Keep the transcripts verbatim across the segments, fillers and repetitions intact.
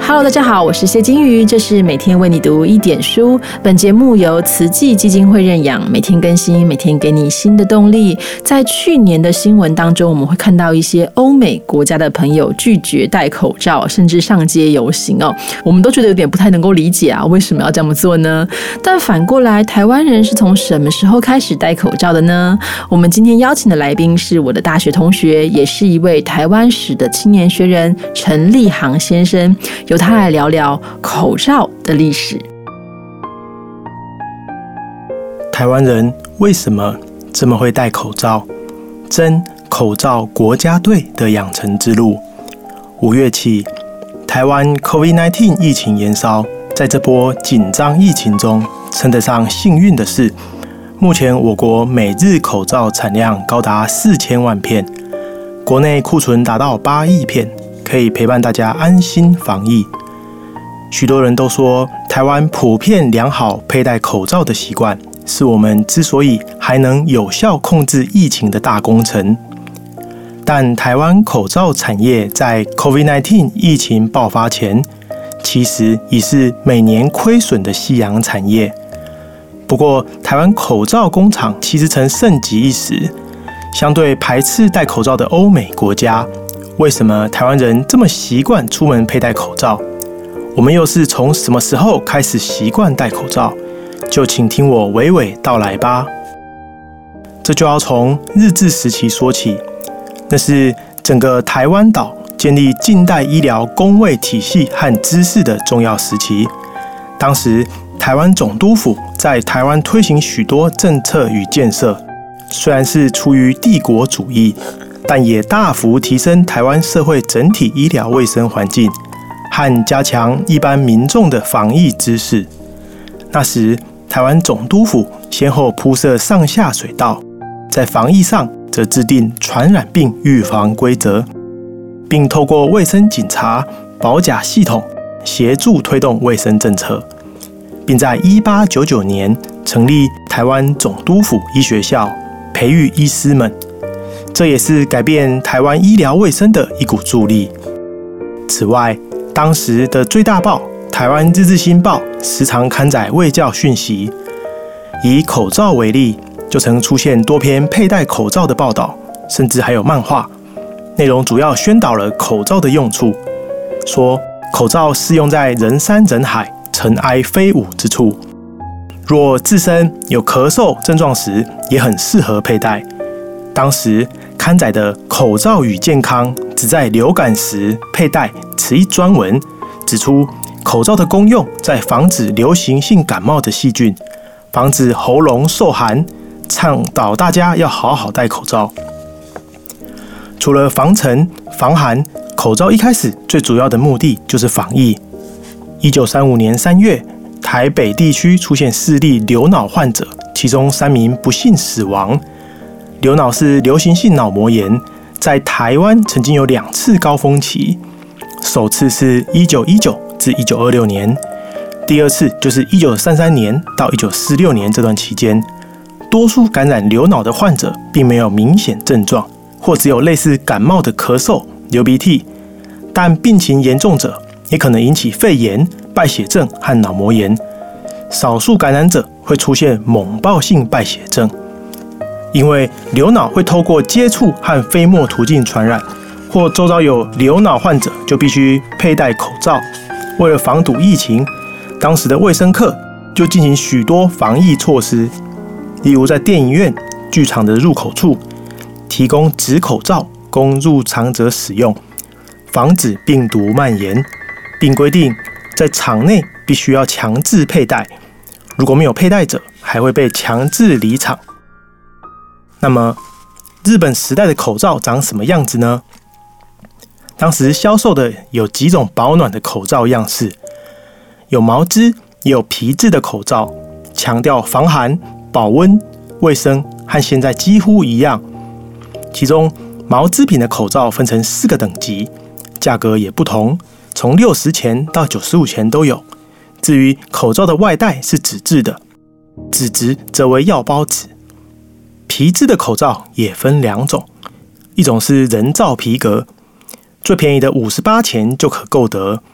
Hello， 大家好，我是谢金鱼，这是每天为你读一点书。本节目由慈济基金会认养，每天更新，每天给你新的动力。在去年的新闻当中，我们会看到一些欧美国家的朋友拒绝戴口罩，甚至上街游行哦。我们都觉得有点不太能够理解啊，为什么要这么做呢？但反过来，台湾人是从什么时候开始戴口罩的呢？我们今天邀请的来宾是我的大学同学，也是一位台湾史的青年学人陈立航先生，由他来聊聊口罩的历史。 台湾人为什么这么会戴口罩？真口罩国家队的养成之路。五月起，台湾 COVID 十九 疫情延烧，在这波紧张疫情中，称得上幸运的是，目前我国每日口罩产量高达四千万片，国内库存达到八亿片，可以陪伴大家安心防疫。许多人都说，台湾普遍良好佩戴口罩的习惯，是我们之所以还能有效控制疫情的大功臣。但台湾口罩产业在 COVID 十九 疫情爆发前，其实已是每年亏损的夕阳产业。不过，台湾口罩工厂其实曾盛极一时。相对排斥戴口罩的欧美国家，为什么台湾人这么习惯出门佩戴口罩？我们又是从什么时候开始习惯戴口罩？就请听我娓娓道来吧。这就要从日治时期说起，那是整个台湾岛建立近代医疗公卫体系和知识的重要时期。当时，台湾总督府在台湾推行许多政策与建设，虽然是出于帝国主义，但也大幅提升台湾社会整体医疗卫生环境，和加强一般民众的防疫知识。那时，台湾总督府先后铺设上下水道，在防疫上则制定传染病预防规则，并透过卫生警察、保甲系统协助推动卫生政策，并在一八九九年成立台湾总督府医学校，培育医师们。这也是改变台湾医疗卫生的一股助力。此外，当时的最大报《台湾日日新报》时常刊载卫教讯息，以口罩为例，就曾出现多篇佩戴口罩的报道，甚至还有漫画，内容主要宣导了口罩的用处，说口罩适用在人山人海、尘埃飞舞之处，若自身有咳嗽症状时，也很适合佩戴。当时刊载的《口罩与健康》只在流感时佩戴此一专文，指出口罩的功用在防止流行性感冒的细菌，防止喉咙受寒，倡导大家要好好戴口罩。除了防尘、防寒，口罩一开始最主要的目的就是防疫。一九三五年三月，台北地区出现四例流脑患者，其中三名不幸死亡。流脑是流行性脑膜炎，在台湾曾经有两次高峰期，首次是一九一九至一九二六年，第二次就是一九三三年到一九四六年这段期间。多数感染流脑的患者并没有明显症状，或只有类似感冒的咳嗽、流鼻涕，但病情严重者也可能引起肺炎、败血症和脑膜炎。少数感染者会出现猛爆性败血症。因为流脑会透过接触和飞沫途径传染，或周遭有流脑患者就必须佩戴口罩。为了防堵疫情，当时的卫生课就进行许多防疫措施，例如在电影院、剧场的入口处提供纸口罩供入场者使用，防止病毒蔓延，并规定在场内必须要强制佩戴，如果没有佩戴者还会被强制离场。那么，日本时代的口罩长什么样子呢？当时销售的有几种保暖的口罩样式，有毛织也有皮质的口罩，强调防寒、保温、卫生，和现在几乎一样。其中毛织品的口罩分成四个等级，价格也不同，从六十钱到九十五钱都有。至于口罩的外带是纸质的，纸质则为药包纸。皮质的口罩也分两种，一种是人造皮革，最便宜的五十八钱就可购得，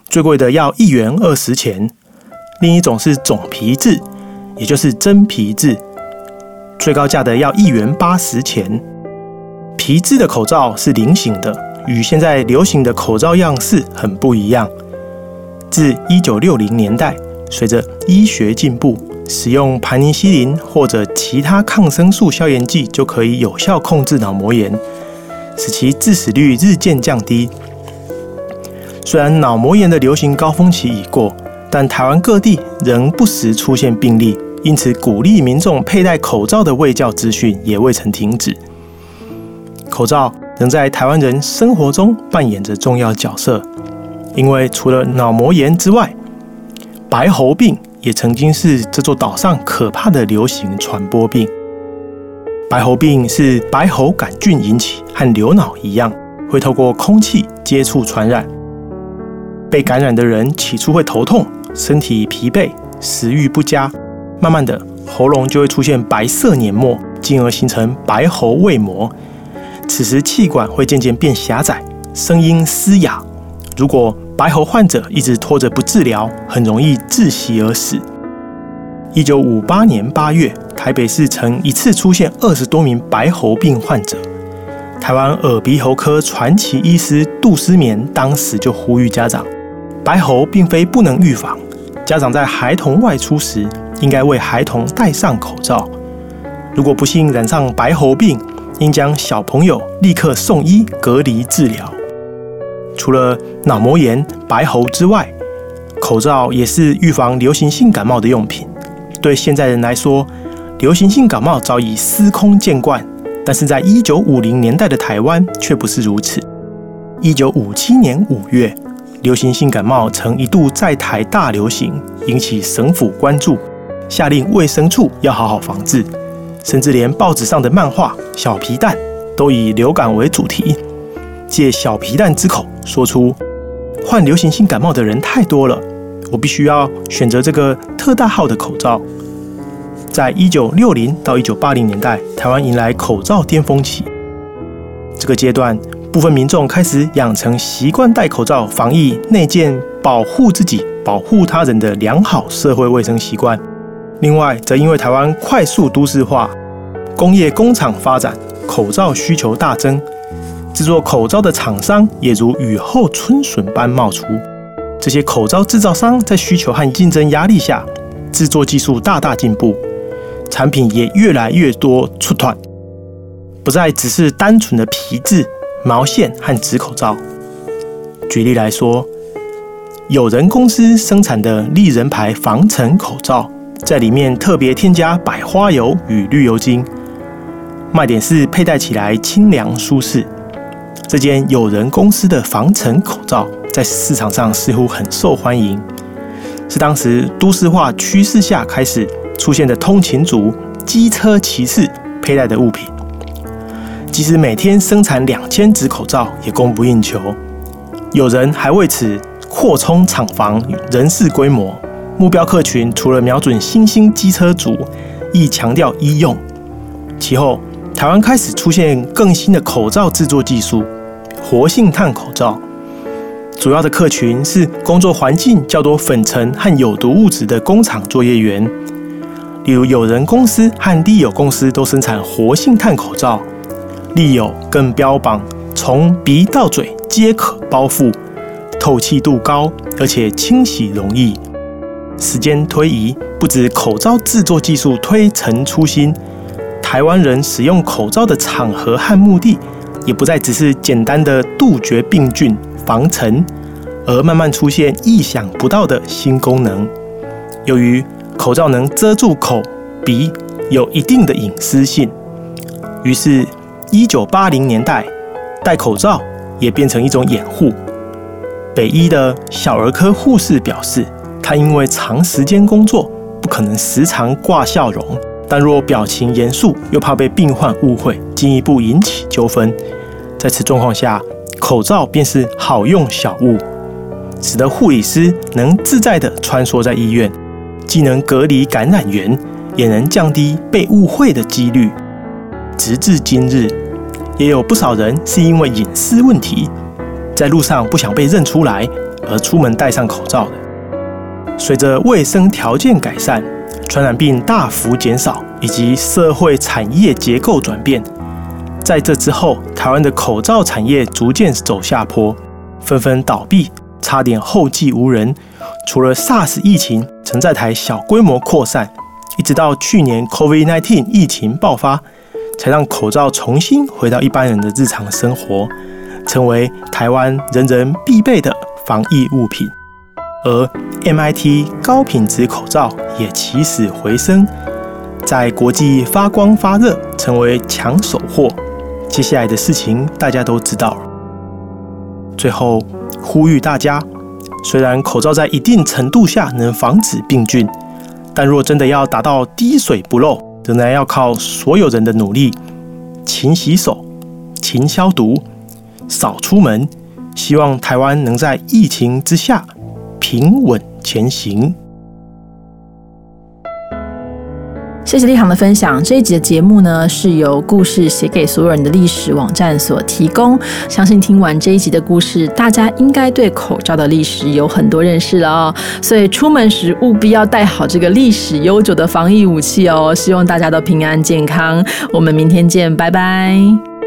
最贵的要一元二十钱。另一种是种皮质，也就是真皮质，最高价的要一元八十钱。皮质的口罩是菱形的，与现在流行的口罩样式很不一样。自一九六零年代，随着医学进步，使用盘尼西林或者其他抗生素消炎剂就可以有效控制脑膜炎，使其致死率日渐降低。虽然脑膜炎的流行高峰期已过，但台湾各地仍不时出现病例，因此鼓励民众佩戴口罩的卫教资讯也未曾停止。口罩仍在台湾人生活中扮演着重要角色，因为除了脑膜炎之外，白喉病也曾经是这座岛上可怕的流行传播病。白喉病是白喉杆菌引起，和流脑一样，会透过空气接触传染。被感染的人起初会头痛、身体疲惫、食欲不佳，慢慢的喉咙就会出现白色黏膜，进而形成白喉胃膜。此时气管会渐渐变狭窄，声音嘶哑。如果白喉患者一直拖着不治疗，很容易窒息而死。一九五八年八月，台北市曾一次出现二十多名白喉病患者。台湾耳鼻喉科传奇医师杜思勉当时就呼吁家长，白喉并非不能预防，家长在孩童外出时，应该为孩童戴上口罩。如果不幸染上白喉病，应将小朋友立刻送医隔离治疗。除了脑膜炎、白喉之外，口罩也是预防流行性感冒的用品。对现在人来说，流行性感冒早已司空见惯，但是在一九五零年代的台湾却不是如此。一九五七年五月，流行性感冒曾一度在台大流行，引起省府关注，下令卫生处要好好防治，甚至连报纸上的漫画《小皮蛋》都以流感为主题，借小皮蛋之口说出患流行性感冒的人太多了，我必须要选择这个特大号的口罩。在一九六零到一九八零年代，台湾迎来口罩巅峰期。这个阶段，部分民众开始养成习惯戴口罩防疫内建保护自己、保护他人的良好社会卫生习惯。另外，则因为台湾快速都市化、工业工厂发展，口罩需求大增，制作口罩的厂商也如雨后春笋般冒出。这些口罩制造商在需求和竞争压力下，制作技术大大进步，产品也越来越多出团，不再只是单纯的皮质、毛线和纸口罩。举例来说，友人公司生产的丽人牌防尘口罩，在里面特别添加百花油与绿油精，卖点是佩戴起来清凉舒适。这间友人公司的防尘口罩在市场上似乎很受欢迎，是当时都市化趋势下开始出现的通勤族、机车骑士佩戴的物品。即使每天生产两千只口罩，也供不应求。有人还为此扩充厂房人事规模，目标客群除了瞄准新兴机车族，亦强调医用。其后，台湾开始出现更新的口罩制作技术，活性炭口罩。主要的客群是工作环境较多粉尘和有毒物质的工厂作业员，例如友人公司和利友公司都生产活性炭口罩，利友更标榜从鼻到嘴皆可包覆，透气度高，而且清洗容易。时间推移，不止口罩制作技术推陈出新，台湾人使用口罩的场合和目的，也不再只是简单的杜绝病菌、防尘，而慢慢出现意想不到的新功能。由于口罩能遮住口、鼻，有一定的隐私性，于是一九八零年代，戴口罩也变成一种掩护。北医的小儿科护士表示，他因为长时间工作，不可能时常挂笑容，但若表情严肃，又怕被病患误会，进一步引起纠纷。在此状况下，口罩便是好用小物，使得护理师能自在地穿梭在医院，既能隔离感染源，也能降低被误会的几率。直至今日，也有不少人是因为隐私问题，在路上不想被认出来， 而出门戴上口罩的。随着卫生条件改善，传染病大幅减少，以及社会产业结构转变，在这之后，台湾的口罩产业逐渐走下坡，纷纷倒闭，差点后继无人。除了 SARS 疫情曾在台小规模扩散，一直到去年 COVID 十九 疫情爆发，才让口罩重新回到一般人的日常生活，成为台湾人人必备的防疫物品。而 M I T 高品质口罩也起死回生，在国际发光发热，成为抢手货。接下来的事情大家都知道了。最后呼吁大家，虽然口罩在一定程度下能防止病菌，但若真的要达到滴水不漏，仍然要靠所有人的努力，勤洗手、勤消毒、少出门，希望台湾能在疫情之下平稳前行。 谢谢立航的分享。这一集的节目呢，是由故事写给所有人的历史网站所提供。相信听完这一集的故事，大家应该对口罩的历史有很多认识了哦。所以出门时务必要带好这个历史悠久的防疫武器哦。希望大家都平安健康。我们明天见，拜拜。